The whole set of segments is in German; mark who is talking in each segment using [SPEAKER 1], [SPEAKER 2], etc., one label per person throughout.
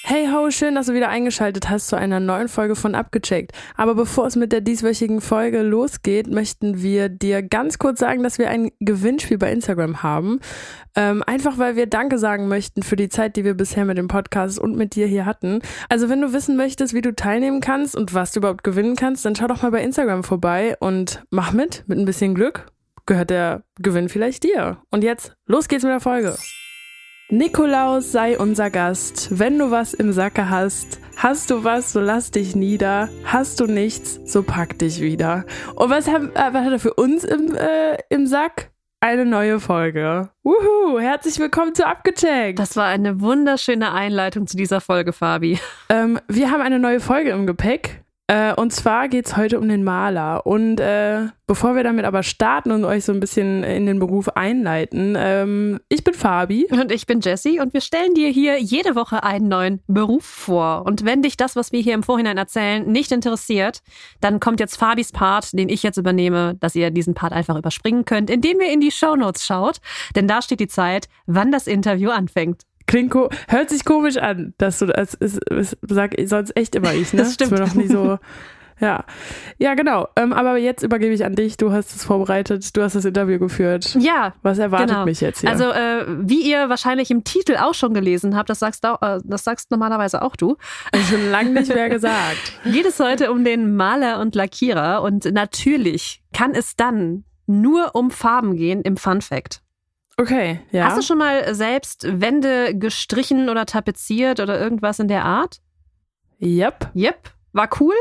[SPEAKER 1] Hey ho, schön, dass du wieder eingeschaltet hast zu einer neuen Folge von Abgecheckt. Aber bevor es mit der dieswöchigen Folge losgeht, möchten wir dir ganz kurz sagen, dass wir ein Gewinnspiel bei Instagram haben. Einfach weil wir Danke sagen möchten für die Zeit, die wir bisher mit dem Podcast und mit dir hier hatten. Also wenn du wissen möchtest, wie du teilnehmen kannst und was du überhaupt gewinnen kannst, dann schau doch mal bei Instagram vorbei und mach mit ein bisschen Glück gehört der Gewinn vielleicht dir. Und jetzt, los geht's mit der Folge. Nikolaus sei unser Gast. Wenn du was im Sacke hast, hast du was, so lass dich nieder. Hast du nichts, so pack dich wieder. Und was hat er für uns im Sack? Eine neue Folge. Wuhu, herzlich willkommen zu Abgecheckt.
[SPEAKER 2] Das war eine wunderschöne Einleitung zu dieser Folge, Fabi.
[SPEAKER 1] Wir haben eine neue Folge im Gepäck. Und zwar geht's heute um den Maler. Und bevor wir damit aber starten und euch so ein bisschen in den Beruf einleiten, ich bin Fabi.
[SPEAKER 2] Und ich bin Jessie und wir stellen dir hier jede Woche einen neuen Beruf vor. Und wenn dich das, was wir hier im Vorhinein erzählen, nicht interessiert, dann kommt jetzt Fabis Part, den ich jetzt übernehme, dass ihr diesen Part einfach überspringen könnt, indem ihr in die Shownotes schaut. Denn da steht die Zeit, wann das Interview anfängt.
[SPEAKER 1] Hört sich komisch an, dass du das sag sonst echt immer ich, ne?
[SPEAKER 2] Das stimmt.
[SPEAKER 1] Das war doch nie so. Ja, genau. Aber jetzt übergebe ich an dich. Du hast es vorbereitet. Du hast das Interview geführt.
[SPEAKER 2] Ja.
[SPEAKER 1] Was erwartet mich jetzt hier?
[SPEAKER 2] Also wie ihr wahrscheinlich im Titel auch schon gelesen habt, das sagst normalerweise auch du.
[SPEAKER 1] Also schon lange nicht mehr gesagt.
[SPEAKER 2] Geht es heute um den Maler und Lackierer und natürlich kann es dann nur um Farben gehen im Fun Fact.
[SPEAKER 1] Okay, ja.
[SPEAKER 2] Hast du schon mal selbst Wände gestrichen oder tapeziert oder irgendwas in der Art?
[SPEAKER 1] Yep.
[SPEAKER 2] War cool?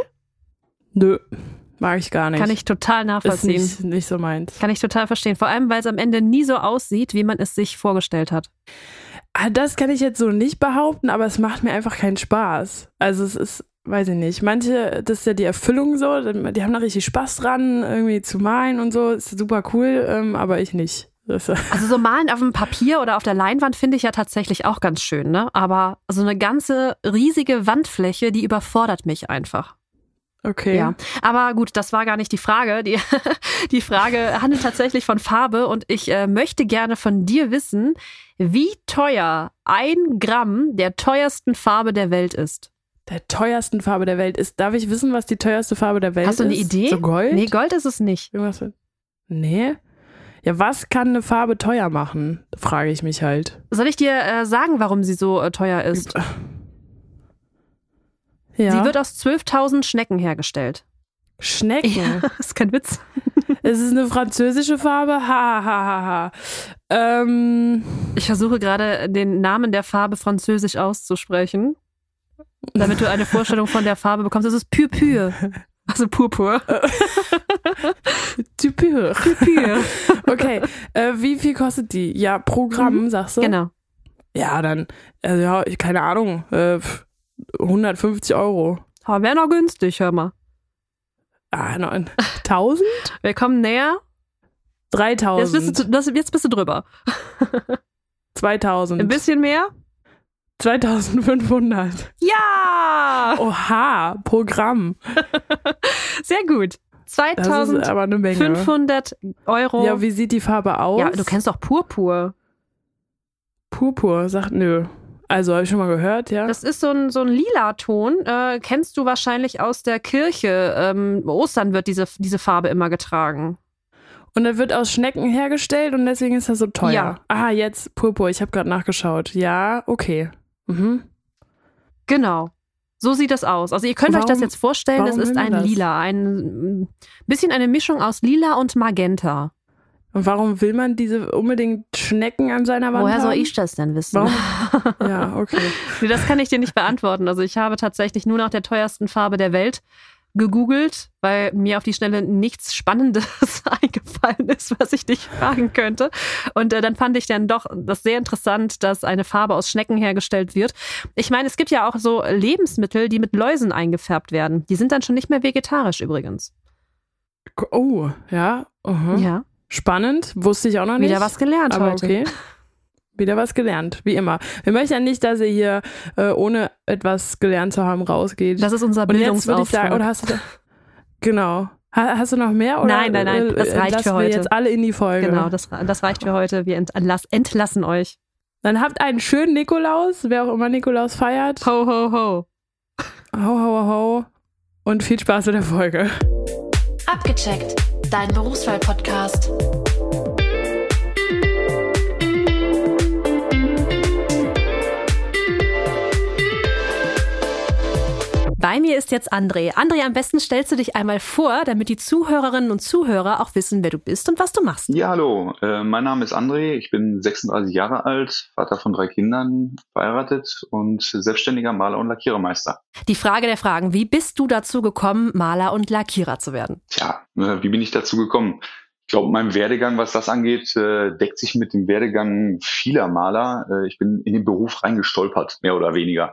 [SPEAKER 1] Nö, mag ich gar nicht.
[SPEAKER 2] Kann ich total nachvollziehen.
[SPEAKER 1] Ist nicht so meins.
[SPEAKER 2] Kann ich total verstehen. Vor allem, weil es am Ende nie so aussieht, wie man es sich vorgestellt hat.
[SPEAKER 1] Das kann ich jetzt so nicht behaupten, aber es macht mir einfach keinen Spaß. Also es ist, weiß ich nicht, manche, das ist ja die Erfüllung so, die haben da richtig Spaß dran, irgendwie zu malen und so, ist super cool, aber ich nicht.
[SPEAKER 2] Also so malen auf dem Papier oder auf der Leinwand finde ich ja tatsächlich auch ganz schön, ne? Aber so eine ganze riesige Wandfläche, die überfordert mich einfach.
[SPEAKER 1] Okay.
[SPEAKER 2] Ja, aber gut, das war gar nicht die Frage. Die Frage handelt tatsächlich von Farbe und ich möchte gerne von dir wissen, wie teuer 1 Gramm der teuersten Farbe der Welt ist.
[SPEAKER 1] Der teuersten Farbe der Welt ist. Darf ich wissen, was die teuerste Farbe der Welt ist?
[SPEAKER 2] Hast du eine Idee?
[SPEAKER 1] So Gold?
[SPEAKER 2] Nee, Gold ist es nicht.
[SPEAKER 1] Irgendwas? Nee. Ja, was kann eine Farbe teuer machen? Frage ich mich halt.
[SPEAKER 2] Ist sagen, warum sie so teuer ist?
[SPEAKER 1] Ja.
[SPEAKER 2] Sie wird aus 12.000 Schnecken hergestellt.
[SPEAKER 1] Schnecken?
[SPEAKER 2] Ja, ist kein Witz.
[SPEAKER 1] Es ist eine französische Farbe?
[SPEAKER 2] Ich versuche gerade, den Namen der Farbe französisch auszusprechen, damit du eine Vorstellung von der Farbe bekommst. Es ist Purpur. Also Purpur.
[SPEAKER 1] Purpur. Okay, wie viel kostet die? Ja, pro Gramm, sagst du?
[SPEAKER 2] Genau.
[SPEAKER 1] Ja, dann, keine Ahnung, 150 €.
[SPEAKER 2] Aber wäre noch günstig, hör mal.
[SPEAKER 1] 1000?
[SPEAKER 2] Wir kommen näher.
[SPEAKER 1] 3000.
[SPEAKER 2] Jetzt bist du drüber.
[SPEAKER 1] 2000.
[SPEAKER 2] Ein bisschen mehr?
[SPEAKER 1] 2500.
[SPEAKER 2] Ja!
[SPEAKER 1] Oha, Programm.
[SPEAKER 2] Sehr gut.
[SPEAKER 1] Das ist aber eine Menge.
[SPEAKER 2] 500 €.
[SPEAKER 1] Ja, wie sieht die Farbe aus?
[SPEAKER 2] Ja, du kennst doch Purpur.
[SPEAKER 1] Purpur, sagt nö. Also, habe ich schon mal gehört, ja.
[SPEAKER 2] Das ist so ein lila Ton. Kennst du wahrscheinlich aus der Kirche. Ostern wird diese Farbe immer getragen.
[SPEAKER 1] Und er wird aus Schnecken hergestellt und deswegen ist er so teuer.
[SPEAKER 2] Ja.
[SPEAKER 1] Ah, jetzt Purpur, ich habe gerade nachgeschaut. Ja, okay. Mhm.
[SPEAKER 2] Genau. So sieht das aus. Also ihr könnt euch das jetzt vorstellen, es ist ein Lila. Ein bisschen eine Mischung aus Lila und Magenta.
[SPEAKER 1] Und warum will man diese unbedingt Schnecken an seiner Wand
[SPEAKER 2] Woher
[SPEAKER 1] haben?
[SPEAKER 2] soll ich das denn wissen?
[SPEAKER 1] Warum? Ja, okay.
[SPEAKER 2] Nee, das kann ich dir nicht beantworten. Also ich habe tatsächlich nur nach der teuersten Farbe der Welt gegoogelt, weil mir auf die Schnelle nichts Spannendes eingefallen ist, was ich dich fragen könnte. Und dann fand ich dann doch das sehr interessant, dass eine Farbe aus Schnecken hergestellt wird. Ich meine, es gibt ja auch so Lebensmittel, die mit Läusen eingefärbt werden. Die sind dann schon nicht mehr vegetarisch übrigens.
[SPEAKER 1] Oh, ja. Uh-huh.
[SPEAKER 2] Ja.
[SPEAKER 1] Spannend, wusste ich auch noch nicht.
[SPEAKER 2] Wieder was gelernt
[SPEAKER 1] aber
[SPEAKER 2] heute.
[SPEAKER 1] Okay. Wieder was gelernt, wie immer. Wir möchten ja nicht, dass ihr hier ohne etwas gelernt zu haben rausgeht.
[SPEAKER 2] Das ist unser Bildungsauftrag.
[SPEAKER 1] Oder hast du genau. Hast du noch mehr? Oder
[SPEAKER 2] Nein, das reicht für heute.
[SPEAKER 1] Wir jetzt alle in die Folge.
[SPEAKER 2] Genau, das reicht für heute. Wir entlassen euch.
[SPEAKER 1] Dann habt einen schönen Nikolaus, wer auch immer Nikolaus feiert.
[SPEAKER 2] Ho, ho, ho.
[SPEAKER 1] Ho, ho, ho. Und viel Spaß mit der Folge.
[SPEAKER 3] Abgecheckt, dein Berufswahl-Podcast.
[SPEAKER 2] Bei mir ist jetzt André. André, am besten stellst du dich einmal vor, damit die Zuhörerinnen und Zuhörer auch wissen, wer du bist und was du machst.
[SPEAKER 4] Ja, hallo. Mein Name ist André. Ich bin 36 Jahre alt, Vater von 3 Kindern, verheiratet und selbstständiger Maler und Lackierermeister.
[SPEAKER 2] Die Frage der Fragen, wie bist du dazu gekommen, Maler und Lackierer zu werden?
[SPEAKER 4] Tja, wie bin ich dazu gekommen? Ich glaube, mein Werdegang, was das angeht, deckt sich mit dem Werdegang vieler Maler. Ich bin in den Beruf reingestolpert, mehr oder weniger.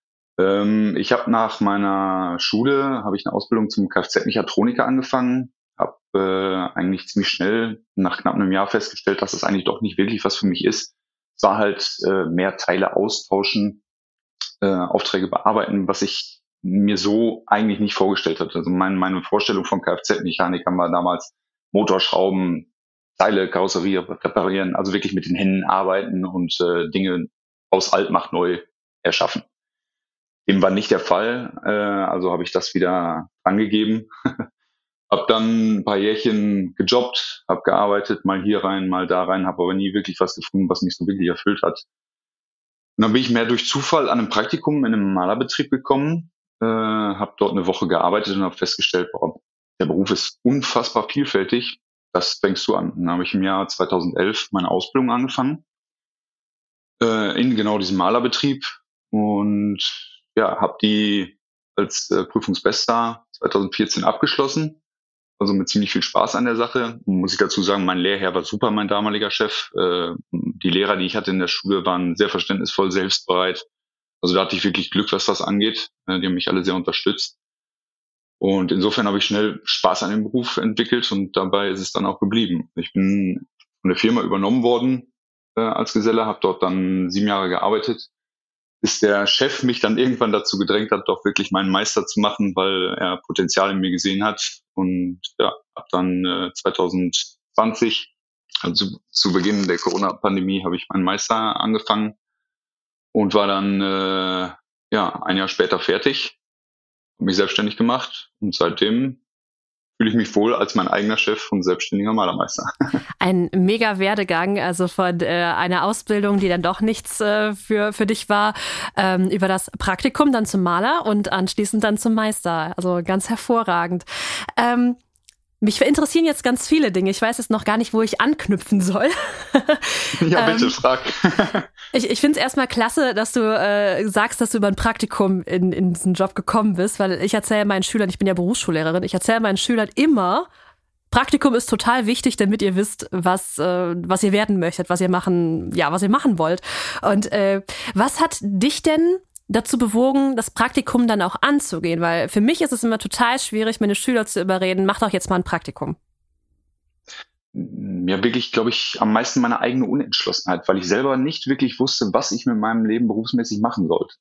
[SPEAKER 4] Ich habe nach meiner Schule eine Ausbildung zum Kfz-Mechatroniker angefangen, habe eigentlich ziemlich schnell nach knapp einem Jahr festgestellt, dass das eigentlich doch nicht wirklich was für mich ist. Es war halt mehr Teile austauschen, Aufträge bearbeiten, was ich mir so eigentlich nicht vorgestellt hatte. Also meine Vorstellung von Kfz-Mechanikern war damals Motorschrauben, Teile, Karosserie reparieren, also wirklich mit den Händen arbeiten und Dinge aus alt macht neu erschaffen. Dem war nicht der Fall, also habe ich das wieder angegeben. Hab dann ein paar Jährchen gejobbt, habe gearbeitet, mal hier rein, mal da rein, habe aber nie wirklich was gefunden, was mich so wirklich erfüllt hat. Und dann bin ich mehr durch Zufall an einem Praktikum in einem Malerbetrieb gekommen, habe dort eine Woche gearbeitet und habe festgestellt, boah, der Beruf ist unfassbar vielfältig. Das fängst du an. Dann habe ich im Jahr 2011 meine Ausbildung angefangen, in genau diesem Malerbetrieb und ja, habe die als Prüfungsbester 2014 abgeschlossen, also mit ziemlich viel Spaß an der Sache. Muss ich dazu sagen, mein Lehrherr war super, mein damaliger Chef. Die Lehrer, die ich hatte in der Schule, waren sehr verständnisvoll, selbstbereit. Also da hatte ich wirklich Glück, was das angeht. Die haben mich alle sehr unterstützt. Und insofern habe ich schnell Spaß an dem Beruf entwickelt und dabei ist es dann auch geblieben. Ich bin von der Firma übernommen worden als Geselle, habe dort dann 7 Jahre gearbeitet. Bis der Chef mich dann irgendwann dazu gedrängt hat, doch wirklich meinen Meister zu machen, weil er Potenzial in mir gesehen hat. Und ja, habe dann 2020, also zu Beginn der Corona-Pandemie, habe ich meinen Meister angefangen und war dann ein Jahr später fertig, habe mich selbstständig gemacht und seitdem fühle ich mich wohl als mein eigener Chef und selbstständiger Malermeister.
[SPEAKER 2] Ein mega Werdegang, also von einer Ausbildung, die dann doch nichts für dich war, über das Praktikum dann zum Maler und anschließend dann zum Meister. Also ganz hervorragend. Mich interessieren jetzt ganz viele Dinge. Ich weiß jetzt noch gar nicht, wo ich anknüpfen soll.
[SPEAKER 4] Ja, bitte, frag.
[SPEAKER 2] Ich finde es erstmal klasse, dass du sagst, dass du über ein Praktikum in diesen Job gekommen bist, weil ich erzähle meinen Schülern, ich bin ja Berufsschullehrerin, ich erzähle meinen Schülern immer, Praktikum ist total wichtig, damit ihr wisst, was ihr werden möchtet, was ihr machen wollt. Und was hat dich denn dazu bewogen, das Praktikum dann auch anzugehen? Weil für mich ist es immer total schwierig, meine Schüler zu überreden, mach doch jetzt mal ein Praktikum.
[SPEAKER 4] Ja, wirklich, glaube ich, am meisten meine eigene Unentschlossenheit, weil ich selber nicht wirklich wusste, was ich mit meinem Leben berufsmäßig machen sollte.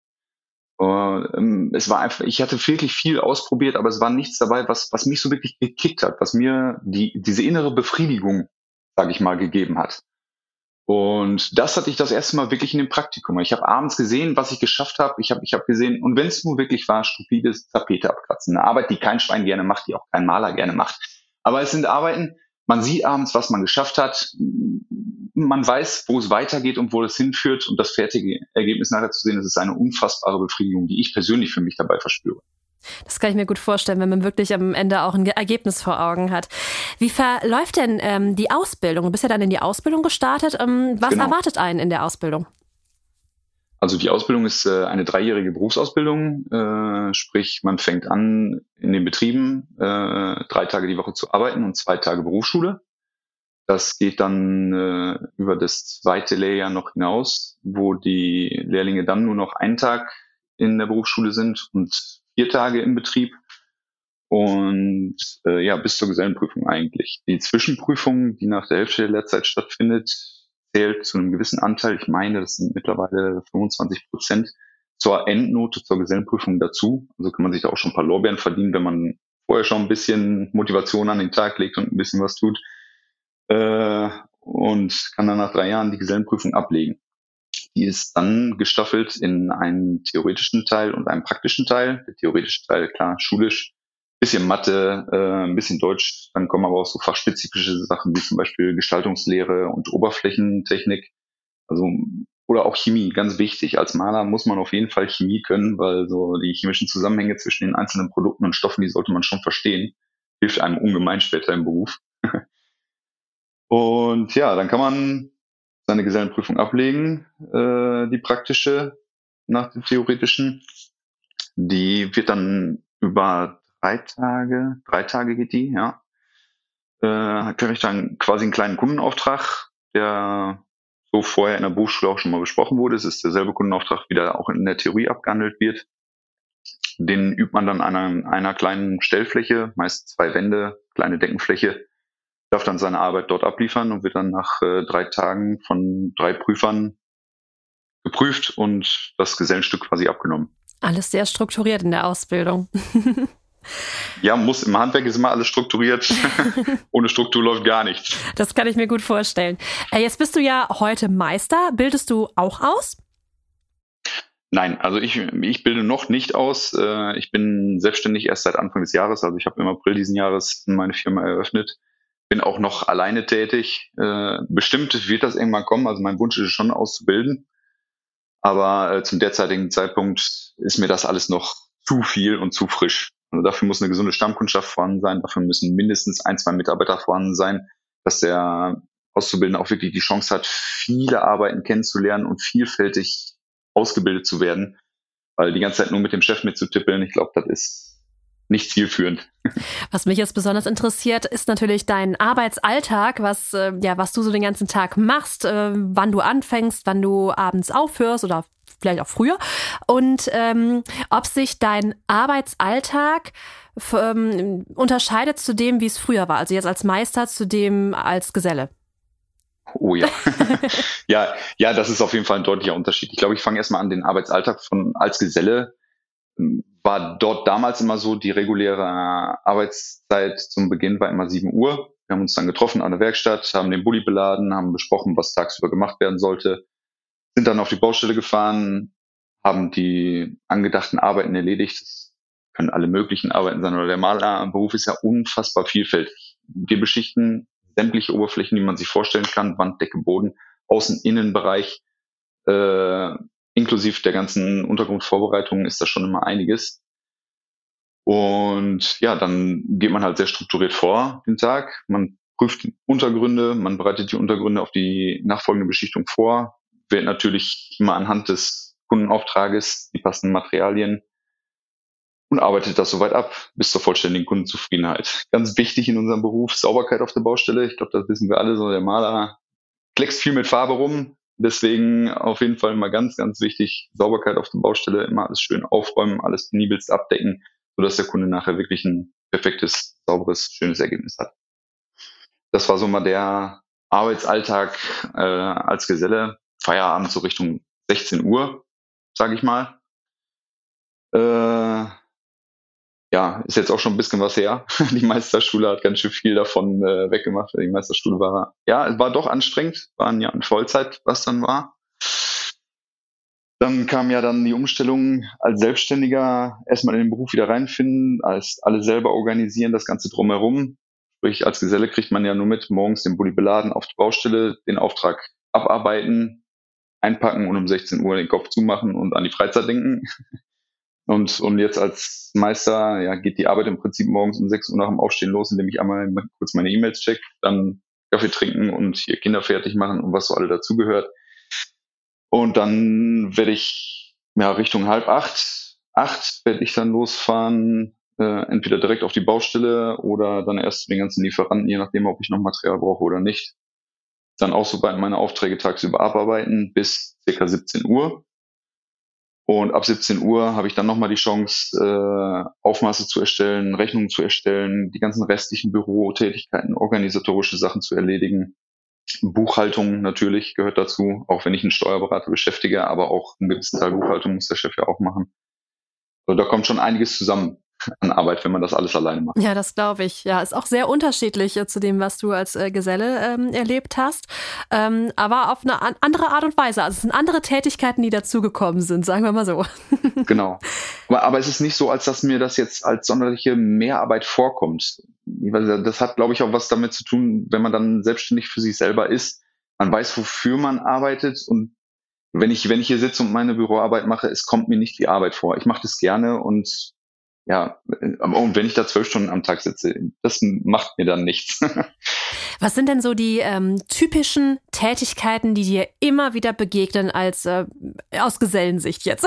[SPEAKER 4] Es war einfach, ich hatte wirklich viel ausprobiert, aber es war nichts dabei, was mich so wirklich gekickt hat, was mir diese innere Befriedigung, sage ich mal, gegeben hat. Und das hatte ich das erste Mal wirklich in dem Praktikum. Ich habe abends gesehen, was ich geschafft habe. Ich hab gesehen, und wenn es nur wirklich war, stupides Tapete abkratzen. Eine Arbeit, die kein Schwein gerne macht, die auch kein Maler gerne macht. Aber es sind Arbeiten, man sieht abends, was man geschafft hat. Man weiß, wo es weitergeht und wo es hinführt. Und das fertige Ergebnis nachher zu sehen, das ist eine unfassbare Befriedigung, die ich persönlich für mich dabei verspüre.
[SPEAKER 2] Das kann ich mir gut vorstellen, wenn man wirklich am Ende auch ein Ergebnis vor Augen hat. Wie verläuft denn die Ausbildung? Du bist ja dann in die Ausbildung gestartet. Was erwartet einen in der Ausbildung?
[SPEAKER 4] Also die Ausbildung ist eine 3-jährige Berufsausbildung, sprich man fängt an in den Betrieben 3 Tage die Woche zu arbeiten und 2 Tage Berufsschule. Das geht dann über das 2. Lehrjahr noch hinaus, wo die Lehrlinge dann nur noch 1 Tag in der Berufsschule sind und 4 Tage im Betrieb und bis zur Gesellenprüfung eigentlich. Die Zwischenprüfung, die nach der Hälfte der Lehrzeit stattfindet, zählt zu einem gewissen Anteil, ich meine, das sind mittlerweile 25%, zur Endnote, zur Gesellenprüfung dazu. Also kann man sich da auch schon ein paar Lorbeeren verdienen, wenn man vorher schon ein bisschen Motivation an den Tag legt und ein bisschen was tut und kann dann nach 3 Jahren die Gesellenprüfung ablegen. Die ist dann gestaffelt in einen theoretischen Teil und einen praktischen Teil. Der theoretische Teil, klar, schulisch, bisschen Mathe, ein bisschen Deutsch. Dann kommen aber auch so fachspezifische Sachen wie zum Beispiel Gestaltungslehre und Oberflächentechnik. Also, oder auch Chemie, ganz wichtig. Als Maler muss man auf jeden Fall Chemie können, weil so die chemischen Zusammenhänge zwischen den einzelnen Produkten und Stoffen, die sollte man schon verstehen. Hilft einem ungemein später im Beruf. Und ja, dann kann man seine Gesellenprüfung ablegen, die praktische nach dem theoretischen. Die wird dann über 3 Tage geht die, ja. Kriege ich dann quasi einen kleinen Kundenauftrag, der so vorher in der Berufsschule auch schon mal besprochen wurde. Es ist derselbe Kundenauftrag, wie der auch in der Theorie abgehandelt wird. Den übt man dann an einer kleinen Stellfläche, meist 2 Wände, kleine Deckenfläche, darf dann seine Arbeit dort abliefern und wird dann nach 3 Tagen von 3 Prüfern geprüft und das Gesellenstück quasi abgenommen.
[SPEAKER 2] Alles sehr strukturiert in der Ausbildung.
[SPEAKER 4] Ja, im Handwerk ist immer alles strukturiert. Ohne Struktur läuft gar nichts.
[SPEAKER 2] Das kann ich mir gut vorstellen. Jetzt bist du ja heute Meister. Bildest du auch aus?
[SPEAKER 4] Nein, also ich bilde noch nicht aus. Ich bin selbstständig erst seit Anfang des Jahres. Also ich habe im April diesen Jahres meine Firma eröffnet. Bin auch noch alleine tätig. Bestimmt wird das irgendwann kommen. Also mein Wunsch ist es schon auszubilden. Aber zum derzeitigen Zeitpunkt ist mir das alles noch zu viel und zu frisch. Also dafür muss eine gesunde Stammkundschaft vorhanden sein. Dafür müssen mindestens 1, 2 Mitarbeiter vorhanden sein, dass der Auszubildende auch wirklich die Chance hat, viele Arbeiten kennenzulernen und vielfältig ausgebildet zu werden. Weil die ganze Zeit nur mit dem Chef mitzutippeln, ich glaube, das ist nicht zielführend.
[SPEAKER 2] Was mich jetzt besonders interessiert, ist natürlich dein Arbeitsalltag, was du so den ganzen Tag machst, wann du anfängst, wann du abends aufhörst oder vielleicht auch früher. Und ob sich dein Arbeitsalltag unterscheidet zu dem, wie es früher war. Also jetzt als Meister zu dem als Geselle.
[SPEAKER 4] Oh ja. ja, das ist auf jeden Fall ein deutlicher Unterschied. Ich glaube, ich fange erstmal an, den Arbeitsalltag als Geselle. War dort damals immer so, die reguläre Arbeitszeit zum Beginn war immer 7 Uhr. Wir haben uns dann getroffen an der Werkstatt, haben den Bulli beladen, haben besprochen, was tagsüber gemacht werden sollte, sind dann auf die Baustelle gefahren, haben die angedachten Arbeiten erledigt. Das können alle möglichen Arbeiten sein, oder der Malerberuf ist ja unfassbar vielfältig. Wir beschichten sämtliche Oberflächen, die man sich vorstellen kann, Wand, Decke, Boden, Außen-, Innenbereich, inklusive der ganzen Untergrundvorbereitungen ist das schon immer einiges. Und ja, dann geht man halt sehr strukturiert vor den Tag. Man prüft Untergründe, man bereitet die Untergründe auf die nachfolgende Beschichtung vor, wählt natürlich immer anhand des Kundenauftrages die passenden Materialien und arbeitet das soweit ab bis zur vollständigen Kundenzufriedenheit. Ganz wichtig in unserem Beruf, Sauberkeit auf der Baustelle. Ich glaube, das wissen wir alle so. Der Maler kleckst viel mit Farbe rum. Deswegen auf jeden Fall immer ganz, ganz wichtig, Sauberkeit auf der Baustelle, immer alles schön aufräumen, alles penibelst abdecken, sodass der Kunde nachher wirklich ein perfektes, sauberes, schönes Ergebnis hat. Das war so mal der Arbeitsalltag als Geselle. Feierabend so Richtung 16 Uhr, sage ich mal. Ja, ist jetzt auch schon ein bisschen was her. Die Meisterschule hat ganz schön viel davon weggemacht. Die Meisterschule war doch anstrengend, war ein Jahr in Vollzeit, was dann war. Dann kam ja dann die Umstellung als Selbstständiger, erstmal in den Beruf wieder reinfinden, als alle selber organisieren, das Ganze drumherum. Sprich, als Geselle kriegt man ja nur mit, morgens den Bulli beladen auf die Baustelle, den Auftrag abarbeiten, einpacken und um 16 Uhr den Kopf zumachen und an die Freizeit denken. Und jetzt als Meister, ja, geht die Arbeit im Prinzip morgens um 6 Uhr nach dem Aufstehen los, indem ich einmal kurz meine E-Mails check, dann Kaffee trinken und hier Kinder fertig machen und was so alle dazugehört. Und dann werde ich, ja, Richtung 7:30, werde ich dann losfahren, entweder direkt auf die Baustelle oder dann erst zu den ganzen Lieferanten, je nachdem, ob ich noch Material brauche oder nicht. Dann auch soweit meine Aufträge tagsüber abarbeiten bis ca. 17 Uhr. Und ab 17 Uhr habe ich dann nochmal die Chance, Aufmaße zu erstellen, Rechnungen zu erstellen, die ganzen restlichen Bürotätigkeiten, organisatorische Sachen zu erledigen. Buchhaltung natürlich gehört dazu, auch wenn ich einen Steuerberater beschäftige, aber auch einen gewissen Teil Buchhaltung muss der Chef ja auch machen. Also da kommt schon einiges zusammen an Arbeit, wenn man das alles alleine macht.
[SPEAKER 2] Ja, das glaube ich. Ja, ist auch sehr unterschiedlich zu dem, was du als Geselle erlebt hast. Aber auf eine andere Art und Weise. Also es sind andere Tätigkeiten, die dazugekommen sind, sagen wir mal so.
[SPEAKER 4] Genau. Aber es ist nicht so, als dass mir das jetzt als sonderliche Mehrarbeit vorkommt. Das hat, glaube ich, auch was damit zu tun, wenn man dann selbstständig für sich selber ist. Man weiß, wofür man arbeitet, und wenn ich hier sitze und meine Büroarbeit mache, es kommt mir nicht wie Arbeit vor. Ich mache das gerne, und wenn ich da 12 Stunden am Tag sitze, das macht mir dann nichts.
[SPEAKER 2] Was sind denn so die typischen Tätigkeiten, die dir immer wieder begegnen aus Gesellensicht jetzt?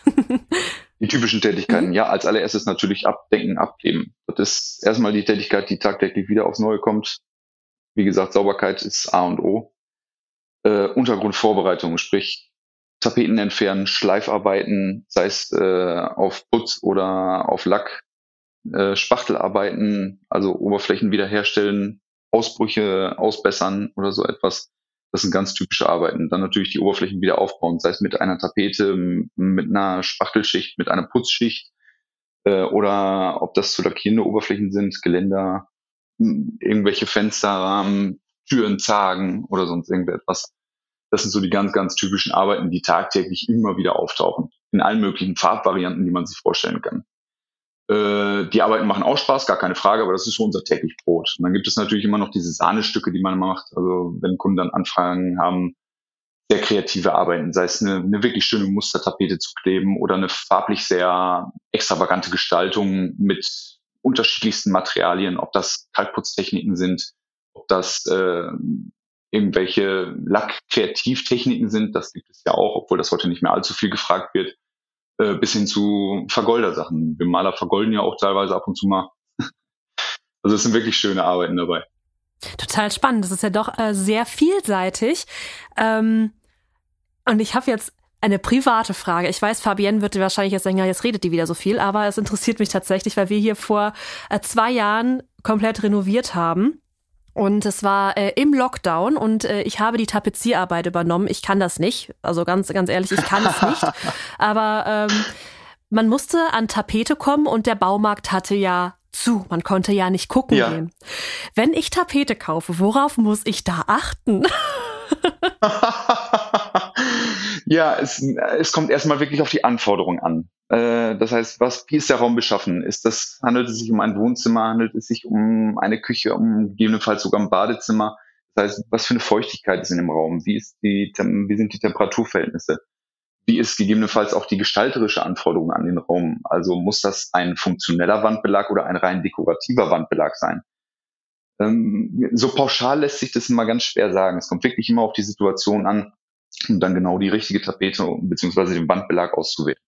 [SPEAKER 4] Die typischen Tätigkeiten, ja, als allererstes natürlich abdenken, abgeben. Das ist erstmal die Tätigkeit, die tagtäglich wieder aufs Neue kommt. Wie gesagt, Sauberkeit ist A und O. Untergrundvorbereitung, sprich Tapeten entfernen, Schleifarbeiten, sei es auf Putz oder auf Lack, Spachtelarbeiten, also Oberflächen wiederherstellen, Ausbrüche ausbessern oder so etwas. Das sind ganz typische Arbeiten. Dann natürlich die Oberflächen wieder aufbauen, sei es mit einer Tapete, mit einer Spachtelschicht, mit einer Putzschicht, oder ob das zu lackierende Oberflächen sind, Geländer, irgendwelche Fensterrahmen, Türen zagen oder sonst irgendetwas. Das sind so die ganz, ganz typischen Arbeiten, die tagtäglich immer wieder auftauchen. In allen möglichen Farbvarianten, die man sich vorstellen kann. Die Arbeiten machen auch Spaß, gar keine Frage, aber das ist so unser täglich Brot. Und dann gibt es natürlich immer noch diese Sahnestücke, die man macht. Also wenn Kunden dann Anfragen haben, sehr kreative Arbeiten, sei es eine wirklich schöne Mustertapete zu kleben oder eine farblich sehr extravagante Gestaltung mit unterschiedlichsten Materialien, ob das Kalkputztechniken sind, ob das irgendwelche Lackkreativtechniken sind, das gibt es ja auch, obwohl das heute nicht mehr allzu viel gefragt wird, bis hin zu Vergoldersachen. Wir Maler vergolden ja auch teilweise ab und zu mal. Also es sind wirklich schöne Arbeiten dabei.
[SPEAKER 2] Total spannend, das ist ja doch sehr vielseitig. Und ich habe jetzt eine private Frage. Ich weiß, Fabienne wird dir wahrscheinlich jetzt sagen, ja, jetzt redet die wieder so viel, aber es interessiert mich tatsächlich, weil wir hier vor 2 Jahren komplett renoviert haben. Und es war im Lockdown und ich habe die Tapezierarbeit übernommen. Ich kann das nicht, also ganz ehrlich, ich kann es nicht. Aber man musste an Tapete kommen und der Baumarkt hatte ja zu. Man konnte ja nicht gucken gehen. Wenn ich Tapete kaufe, worauf muss ich da achten?
[SPEAKER 4] Ja, es kommt erstmal wirklich auf die Anforderungen an. Das heißt, wie ist der Raum beschaffen? Handelt es sich um ein Wohnzimmer, handelt es sich um eine Küche, gegebenenfalls sogar ein Badezimmer? Das heißt, was für eine Feuchtigkeit ist in dem Raum? Wie sind die Temperaturverhältnisse? Wie ist gegebenenfalls auch die gestalterische Anforderung an den Raum? Also muss das ein funktioneller Wandbelag oder ein rein dekorativer Wandbelag sein? So pauschal lässt sich das immer ganz schwer sagen. Es kommt wirklich immer auf die Situation an, um dann genau die richtige Tapete bzw. den Wandbelag auszuwählen.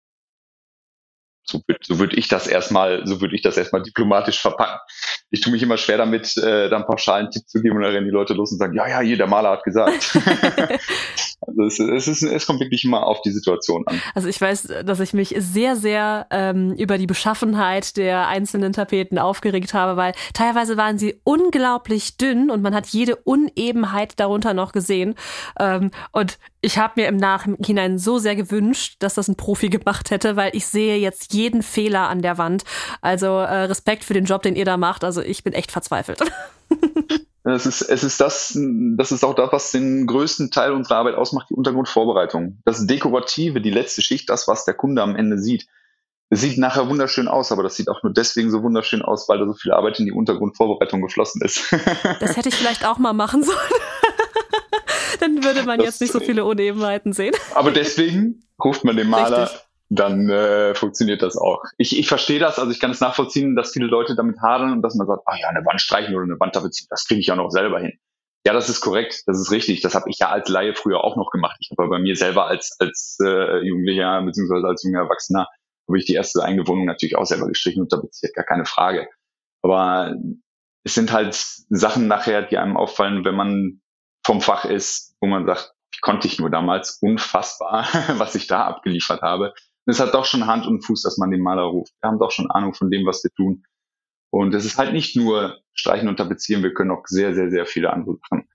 [SPEAKER 4] So würde ich das erstmal diplomatisch verpacken. Ich tue mich immer schwer damit, dann pauschalen Tipp zu geben, und dann rennen die Leute los und sagen, ja, hier, der Maler hat gesagt. Also es kommt wirklich immer auf die Situation an.
[SPEAKER 2] Also ich weiß, dass ich mich sehr, sehr über die Beschaffenheit der einzelnen Tapeten aufgeregt habe, weil teilweise waren sie unglaublich dünn und man hat jede Unebenheit darunter noch gesehen. Und ich habe mir im Nachhinein so sehr gewünscht, dass das ein Profi gemacht hätte, weil ich sehe jetzt jeden Fehler an der Wand. Also Respekt für den Job, den ihr da macht. Also ich bin echt verzweifelt.
[SPEAKER 4] Das ist auch das, was den größten Teil unserer Arbeit ausmacht, die Untergrundvorbereitung. Das Dekorative, die letzte Schicht, das, was der Kunde am Ende sieht. Es sieht nachher wunderschön aus, aber das sieht auch nur deswegen so wunderschön aus, weil da so viel Arbeit in die Untergrundvorbereitung geflossen ist.
[SPEAKER 2] Das hätte ich vielleicht auch mal machen sollen. Dann würde man jetzt nicht so viele Unebenheiten sehen.
[SPEAKER 4] Aber deswegen ruft man den Maler.
[SPEAKER 2] Richtig.
[SPEAKER 4] Dann funktioniert das auch. Ich verstehe das, also ich kann es nachvollziehen, dass viele Leute damit hadern und dass man sagt, eine Wand streichen oder eine Wand tapezieren, das kriege ich ja noch selber hin. Ja, das ist korrekt, das ist richtig. Das habe ich ja als Laie früher auch noch gemacht. Ich habe bei mir selber als Jugendlicher bzw. als junger Erwachsener habe ich die erste eigene Wohnung natürlich auch selber gestrichen und tapeziert, gar keine Frage. Aber es sind halt Sachen nachher, die einem auffallen, wenn man vom Fach ist, wo man sagt, wie konnte ich nur damals, unfassbar, was ich da abgeliefert habe. Es hat doch schon Hand und Fuß, dass man den Maler ruft. Wir haben doch schon Ahnung von dem, was wir tun. Und es ist halt nicht nur Streichen und Tapezieren, wir können auch sehr, sehr, sehr viele andere Sachen.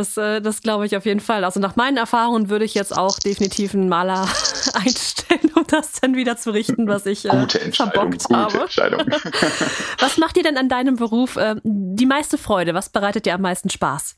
[SPEAKER 2] Das glaube ich auf jeden Fall. Also nach meinen Erfahrungen würde ich jetzt auch definitiv einen Maler einstellen, um das dann wieder zu richten, was ich verbockt habe.
[SPEAKER 4] Gute Entscheidung.
[SPEAKER 2] Was macht dir denn an deinem Beruf die meiste Freude? Was bereitet dir am meisten Spaß?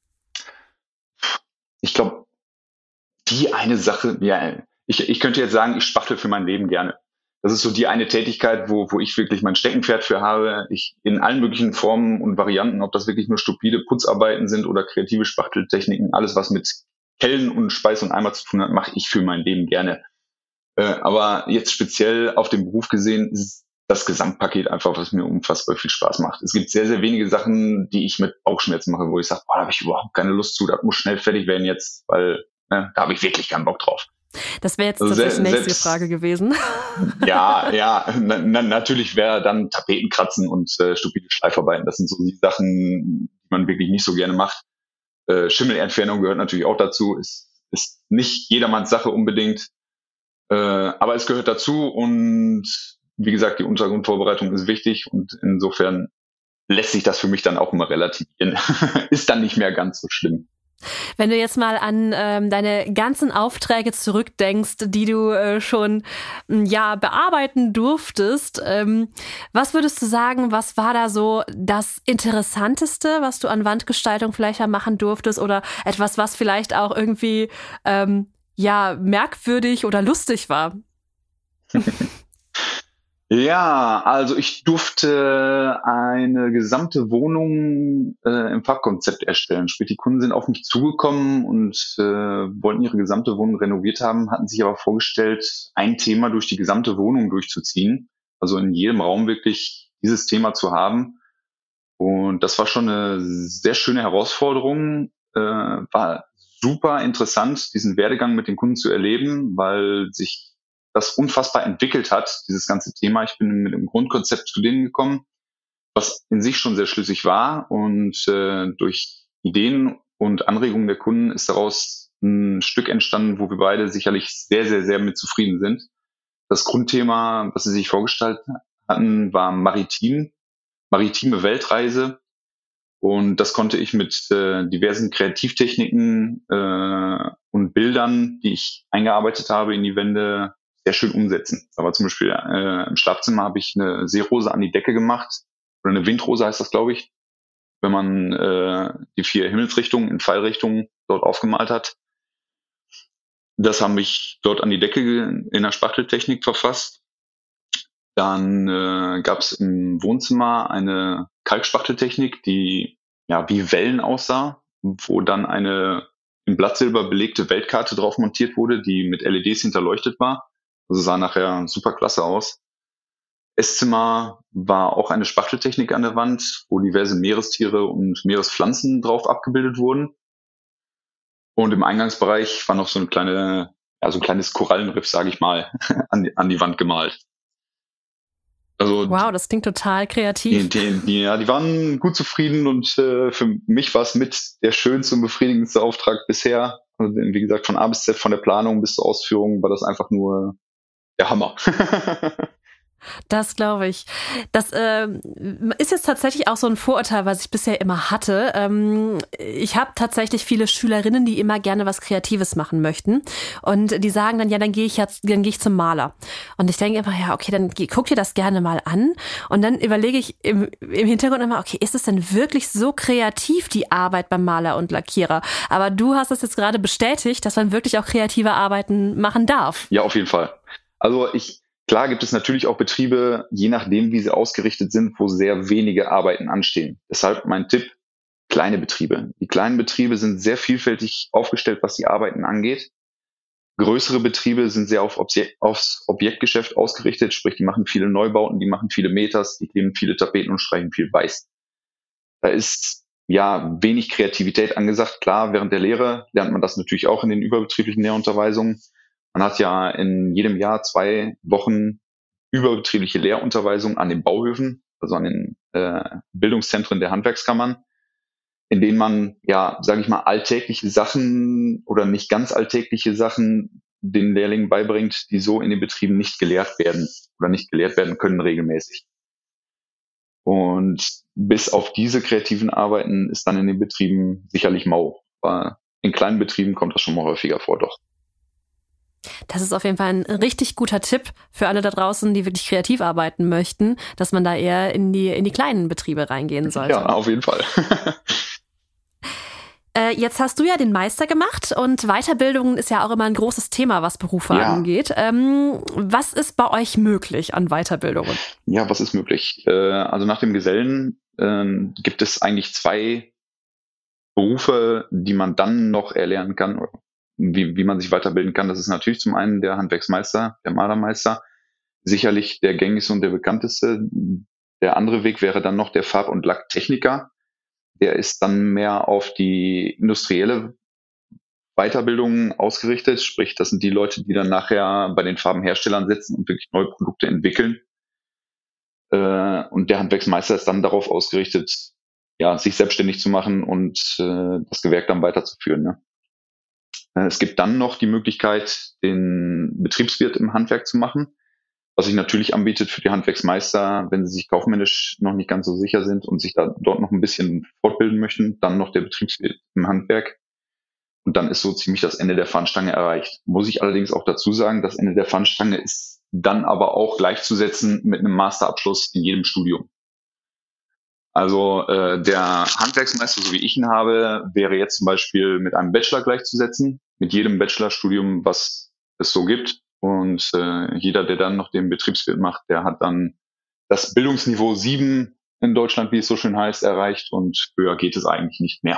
[SPEAKER 4] Ich glaube, die eine Sache, ja, ich könnte jetzt sagen, ich spachtel für mein Leben gerne. Das ist so die eine Tätigkeit, wo ich wirklich mein Steckenpferd für habe. Ich in allen möglichen Formen und Varianten, ob das wirklich nur stupide Putzarbeiten sind oder kreative Spachteltechniken, alles was mit Kellen und Speis und Eimer zu tun hat, mache ich für mein Leben gerne. Aber jetzt speziell auf den Beruf gesehen, ist das Gesamtpaket einfach, was mir unfassbar viel Spaß macht. Es gibt sehr, sehr wenige Sachen, die ich mit Bauchschmerzen mache, wo ich sage, da habe ich überhaupt keine Lust zu, das muss schnell fertig werden jetzt, weil da habe ich wirklich keinen Bock drauf.
[SPEAKER 2] Das wäre jetzt tatsächlich die nächste Frage gewesen.
[SPEAKER 4] Ja, natürlich wäre dann Tapetenkratzen und stupide Schleifarbeiten. Das sind so die Sachen, die man wirklich nicht so gerne macht. Schimmelentfernung gehört natürlich auch dazu. Ist nicht jedermanns Sache unbedingt. Aber es gehört dazu und wie gesagt, die Untergrundvorbereitung ist wichtig und insofern lässt sich das für mich dann auch immer relativieren. Ist dann nicht mehr ganz so schlimm.
[SPEAKER 2] Wenn du jetzt mal an deine ganzen Aufträge zurückdenkst, die du schon bearbeiten durftest, was würdest du sagen, was war da so das Interessanteste, was du an Wandgestaltung vielleicht machen durftest oder etwas, was vielleicht auch irgendwie merkwürdig oder lustig war?
[SPEAKER 4] Ja, also ich durfte eine gesamte Wohnung im Farbkonzept erstellen. Sprich, die Kunden sind auf mich zugekommen und wollten ihre gesamte Wohnung renoviert haben, hatten sich aber vorgestellt, ein Thema durch die gesamte Wohnung durchzuziehen. Also in jedem Raum wirklich dieses Thema zu haben. Und das war schon eine sehr schöne Herausforderung. War super interessant, diesen Werdegang mit den Kunden zu erleben, weil sich das unfassbar entwickelt hat, dieses ganze Thema. Ich bin mit dem Grundkonzept zu denen gekommen, was in sich schon sehr schlüssig war und durch Ideen und Anregungen der Kunden ist daraus ein Stück entstanden, wo wir beide sicherlich sehr, sehr, sehr mit zufrieden sind. Das Grundthema, was sie sich vorgestellt hatten, war maritime Weltreise und das konnte ich mit diversen Kreativtechniken und Bildern, die ich eingearbeitet habe in die Wände, sehr schön umsetzen. Aber zum Beispiel im Schlafzimmer habe ich eine Seerose an die Decke gemacht. Oder eine Windrose heißt das, glaube ich. Wenn man die 4 Himmelsrichtungen in Pfeilrichtungen dort aufgemalt hat. Das habe ich dort an die Decke in der Spachteltechnik verfasst. Dann gab es im Wohnzimmer eine Kalkspachteltechnik, die wie Wellen aussah, wo dann eine in Blattsilber belegte Weltkarte drauf montiert wurde, die mit LEDs hinterleuchtet war. Also sah nachher super klasse aus. Esszimmer war auch eine Spachteltechnik an der Wand, wo diverse Meerestiere und Meerespflanzen drauf abgebildet wurden. Und im Eingangsbereich war noch so ein kleines Korallenriff, sage ich mal, an die Wand gemalt. Also
[SPEAKER 2] wow, das klingt total kreativ.
[SPEAKER 4] Die waren gut zufrieden und für mich war es mit der schönste und befriedigendste Auftrag bisher. Also, wie gesagt, von A bis Z, von der Planung bis zur Ausführung war das einfach nur der Hammer.
[SPEAKER 2] Das glaube ich. Das ist jetzt tatsächlich auch so ein Vorurteil, was ich bisher immer hatte. Ich habe tatsächlich viele Schülerinnen, die immer gerne was Kreatives machen möchten. Und die sagen dann, dann gehe ich zum Maler. Und ich denke immer, okay, dann guck dir das gerne mal an. Und dann überlege ich im Hintergrund immer, okay, ist es denn wirklich so kreativ, die Arbeit beim Maler und Lackierer? Aber du hast es jetzt gerade bestätigt, dass man wirklich auch kreative Arbeiten machen darf.
[SPEAKER 4] Ja, auf jeden Fall. Also klar gibt es natürlich auch Betriebe, je nachdem, wie sie ausgerichtet sind, wo sehr wenige Arbeiten anstehen. Deshalb mein Tipp, kleine Betriebe. Die kleinen Betriebe sind sehr vielfältig aufgestellt, was die Arbeiten angeht. Größere Betriebe sind sehr aufs Objektgeschäft ausgerichtet, sprich, die machen viele Neubauten, die machen viele Meters, die kleben viele Tapeten und streichen viel Weiß. Da ist wenig Kreativität angesagt. Klar, während der Lehre lernt man das natürlich auch in den überbetrieblichen Lehrunterweisungen. Man hat ja in jedem Jahr 2 Wochen überbetriebliche Lehrunterweisung an den Bauhöfen, also an den Bildungszentren der Handwerkskammern, in denen man, sage ich mal, alltägliche Sachen oder nicht ganz alltägliche Sachen den Lehrlingen beibringt, die so in den Betrieben nicht gelehrt werden oder nicht gelehrt werden können regelmäßig. Und bis auf diese kreativen Arbeiten ist dann in den Betrieben sicherlich mau. Aber in kleinen Betrieben kommt das schon mal häufiger vor, doch.
[SPEAKER 2] Das ist auf jeden Fall ein richtig guter Tipp für alle da draußen, die wirklich kreativ arbeiten möchten, dass man da eher in die kleinen Betriebe reingehen sollte.
[SPEAKER 4] Ja, auf jeden Fall.
[SPEAKER 2] Jetzt hast du ja den Meister gemacht und Weiterbildung ist ja auch immer ein großes Thema, was Berufe angeht. Was ist bei euch möglich an Weiterbildungen?
[SPEAKER 4] Ja, was ist möglich? Also nach dem Gesellen gibt es eigentlich 2 Berufe, die man dann noch erlernen kann, wie man sich weiterbilden kann. Das ist natürlich zum einen der Handwerksmeister, der Malermeister, sicherlich der gängigste und der bekannteste. Der andere Weg wäre dann noch der Farb- und Lacktechniker. Der ist dann mehr auf die industrielle Weiterbildung ausgerichtet. Sprich, das sind die Leute, die dann nachher bei den Farbenherstellern sitzen und wirklich neue Produkte entwickeln. Und der Handwerksmeister ist dann darauf ausgerichtet, ja, sich selbstständig zu machen und das Gewerk dann weiterzuführen. Ne? Es gibt dann noch die Möglichkeit, den Betriebswirt im Handwerk zu machen, was sich natürlich anbietet für die Handwerksmeister, wenn sie sich kaufmännisch noch nicht ganz so sicher sind und sich da dort noch ein bisschen fortbilden möchten, dann noch der Betriebswirt im Handwerk. Und dann ist so ziemlich das Ende der Fahnenstange erreicht. Muss ich allerdings auch dazu sagen, das Ende der Fahnenstange ist dann aber auch gleichzusetzen mit einem Masterabschluss in jedem Studium. Also der Handwerksmeister, so wie ich ihn habe, wäre jetzt zum Beispiel mit einem Bachelor gleichzusetzen, mit jedem Bachelorstudium, was es so gibt. Und jeder, der dann noch den Betriebswirt macht, der hat dann das Bildungsniveau 7 in Deutschland, wie es so schön heißt, erreicht. Und höher geht es eigentlich nicht mehr.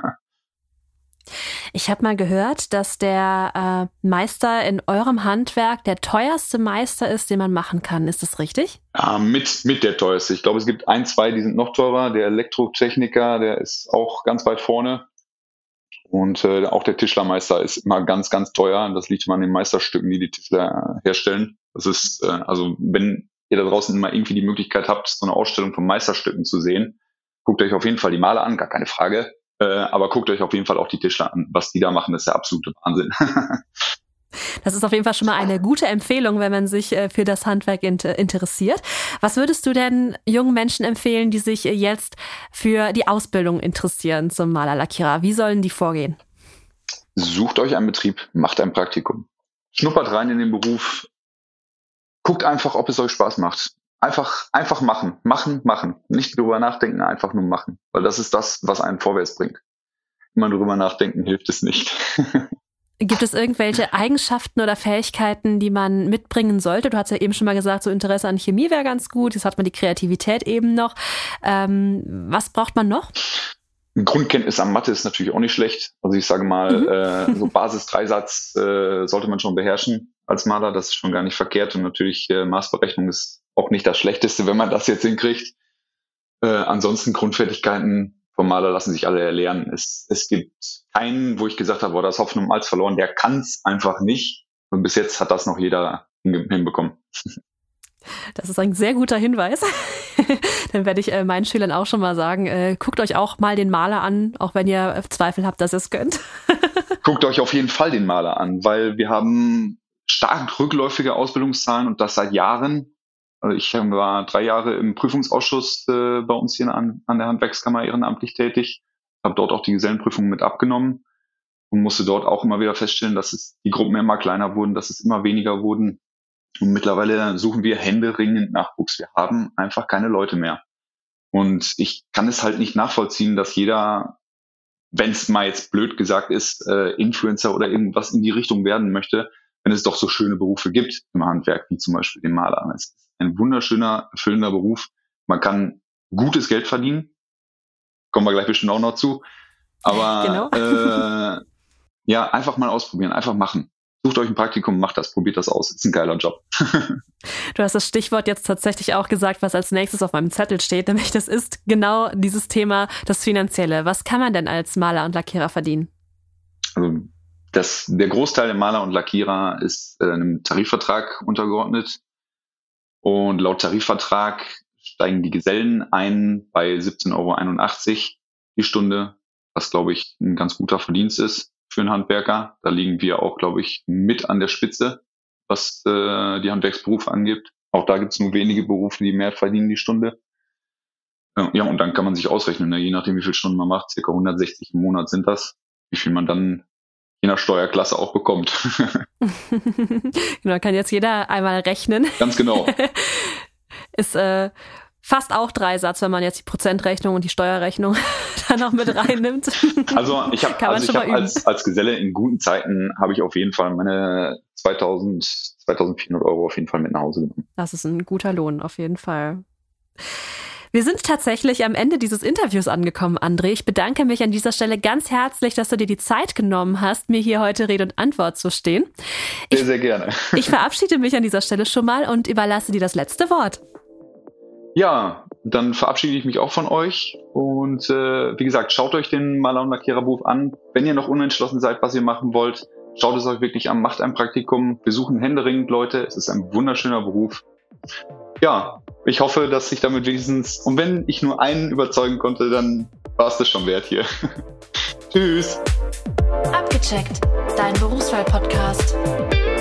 [SPEAKER 2] Ich habe mal gehört, dass der Meister in eurem Handwerk der teuerste Meister ist, den man machen kann. Ist das richtig?
[SPEAKER 4] Ja, mit der teuerste. Ich glaube, es gibt 1, 2, die sind noch teurer. Der Elektrotechniker, der ist auch ganz weit vorne. Und auch der Tischlermeister ist immer ganz, ganz teuer. Das liegt immer an den Meisterstücken, die die Tischler herstellen. Das ist, also wenn ihr da draußen immer irgendwie die Möglichkeit habt, so eine Ausstellung von Meisterstücken zu sehen, guckt euch auf jeden Fall die Maler an, gar keine Frage. Aber guckt euch auf jeden Fall auch die Tischler an. Was die da machen, ist der absolute Wahnsinn.
[SPEAKER 2] Das ist auf jeden Fall schon mal eine gute Empfehlung, wenn man sich für das Handwerk interessiert. Was würdest du denn jungen Menschen empfehlen, die sich jetzt für die Ausbildung interessieren zum Malerlackierer? Wie sollen die vorgehen?
[SPEAKER 4] Sucht euch einen Betrieb, macht ein Praktikum. Schnuppert rein in den Beruf. Guckt einfach, ob es euch Spaß macht. Einfach machen. Machen. Nicht drüber nachdenken, einfach nur machen. Weil das ist das, was einen vorwärts bringt. Immer drüber nachdenken hilft es nicht.
[SPEAKER 2] Gibt es irgendwelche Eigenschaften oder Fähigkeiten, die man mitbringen sollte? Du hast ja eben schon mal gesagt, so Interesse an Chemie wäre ganz gut. Jetzt hat man die Kreativität eben noch. Was braucht man noch?
[SPEAKER 4] Grundkenntnis an Mathe ist natürlich auch nicht schlecht. Also ich sage mal, so Basis-Dreisatz sollte man schon beherrschen als Maler. Das ist schon gar nicht verkehrt. Und natürlich Maßberechnung ist auch nicht das Schlechteste, wenn man das jetzt hinkriegt. Ansonsten Grundfertigkeiten vom Maler lassen sich alle erlernen. Es gibt keinen, wo ich gesagt habe, boah, das Hopfen und Malz verloren. Der kann es einfach nicht. Und bis jetzt hat das noch jeder hinbekommen.
[SPEAKER 2] Das ist ein sehr guter Hinweis. Dann werde ich meinen Schülern auch schon mal sagen, guckt euch auch mal den Maler an, auch wenn ihr Zweifel habt, dass ihr es könnt.
[SPEAKER 4] Guckt euch auf jeden Fall den Maler an, weil wir haben stark rückläufige Ausbildungszahlen und das seit Jahren. Also ich war 3 Jahre im Prüfungsausschuss bei uns hier an der Handwerkskammer ehrenamtlich tätig, habe dort auch die Gesellenprüfung mit abgenommen und musste dort auch immer wieder feststellen, dass die Gruppen immer kleiner wurden, dass es immer weniger wurden. Und mittlerweile suchen wir händeringend Nachwuchs. Wir haben einfach keine Leute mehr. Und ich kann es halt nicht nachvollziehen, dass jeder, wenn es mal jetzt blöd gesagt ist, Influencer oder irgendwas in die Richtung werden möchte, wenn es doch so schöne Berufe gibt im Handwerk, wie zum Beispiel den Maler. Es ist ein wunderschöner, erfüllender Beruf. Man kann gutes Geld verdienen. Kommen wir gleich bestimmt auch noch zu. Aber genau. Ja, einfach mal ausprobieren, einfach machen. Sucht euch ein Praktikum, macht das, probiert das aus. Ist ein geiler Job.
[SPEAKER 2] Du hast das Stichwort jetzt tatsächlich auch gesagt, was als nächstes auf meinem Zettel steht, nämlich das ist genau dieses Thema, das Finanzielle. Was kann man denn als Maler und Lackierer verdienen?
[SPEAKER 4] Also der Großteil der Maler und Lackierer ist einem Tarifvertrag untergeordnet. Und laut Tarifvertrag steigen die Gesellen ein bei 17,81 € die Stunde, was, glaube ich, ein ganz guter Verdienst ist für einen Handwerker. Da liegen wir auch, glaube ich, mit an der Spitze, was die Handwerksberufe angeht. Auch da gibt es nur wenige Berufe, die mehr verdienen die Stunde. Ja, und dann kann man sich ausrechnen, je nachdem, wie viele Stunden man macht, ca. 160 im Monat sind das, wie viel man dann je nach Steuerklasse auch bekommt.
[SPEAKER 2] Genau, kann jetzt jeder einmal rechnen.
[SPEAKER 4] Ganz genau.
[SPEAKER 2] Ist fast auch Dreisatz, wenn man jetzt die Prozentrechnung und die Steuerrechnung da noch mit reinnimmt.
[SPEAKER 4] Also ich habe als Geselle in guten Zeiten habe ich auf jeden Fall meine 2.400 Euro auf jeden Fall mit nach Hause genommen.
[SPEAKER 2] Das ist ein guter Lohn, auf jeden Fall. Wir sind tatsächlich am Ende dieses Interviews angekommen, André. Ich bedanke mich an dieser Stelle ganz herzlich, dass du dir die Zeit genommen hast, mir hier heute Rede und Antwort zu stehen.
[SPEAKER 4] Sehr, sehr gerne.
[SPEAKER 2] Ich verabschiede mich an dieser Stelle schon mal und überlasse dir das letzte Wort.
[SPEAKER 4] Ja, dann verabschiede ich mich auch von euch und wie gesagt, schaut euch den Maler- und Lackiererberuf an. Wenn ihr noch unentschlossen seid, was ihr machen wollt, schaut es euch wirklich an, macht ein Praktikum. Wir suchen händeringend Leute, es ist ein wunderschöner Beruf. Ja, ich hoffe, dass ich damit wenigstens, und wenn ich nur einen überzeugen konnte, dann war es das schon wert hier. Tschüss.
[SPEAKER 3] Abgecheckt, dein Berufswahl-Podcast.